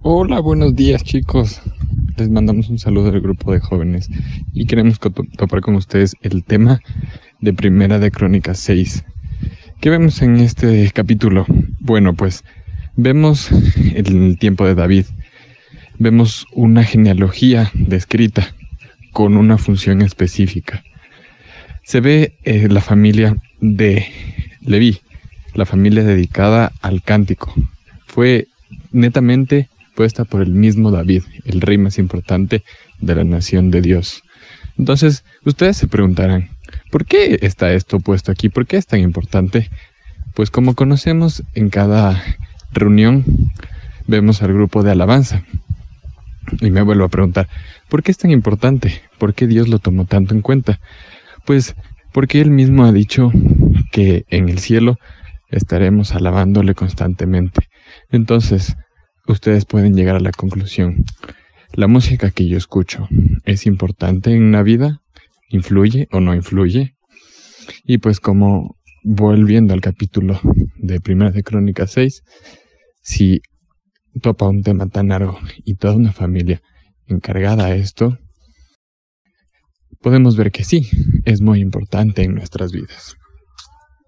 Hola, buenos días chicos. Les mandamos un saludo del grupo de jóvenes y queremos topar con ustedes el tema de Primera de Crónicas 6. ¿Qué vemos en este capítulo? Bueno, pues vemos el tiempo de David. Vemos una genealogía descrita con una función específica. Se ve la familia de Leví, la familia dedicada al cántico. Fue netamente puesta por el mismo David, el rey más importante de la nación de Dios. Entonces, ustedes se preguntarán, ¿por qué está esto puesto aquí? ¿Por qué es tan importante? Pues como conocemos, en cada reunión vemos al grupo de alabanza. Y me vuelvo a preguntar, ¿por qué es tan importante? ¿Por qué Dios lo tomó tanto en cuenta? Pues porque Él mismo ha dicho que en el cielo estaremos alabándole constantemente. Entonces, ustedes pueden llegar a la conclusión. ¿La música que yo escucho es importante en la vida? ¿Influye o no influye? Y pues como volviendo al capítulo de Primera de Crónicas 6, si topa un tema tan largo y toda una familia encargada a esto, podemos ver que sí, es muy importante en nuestras vidas.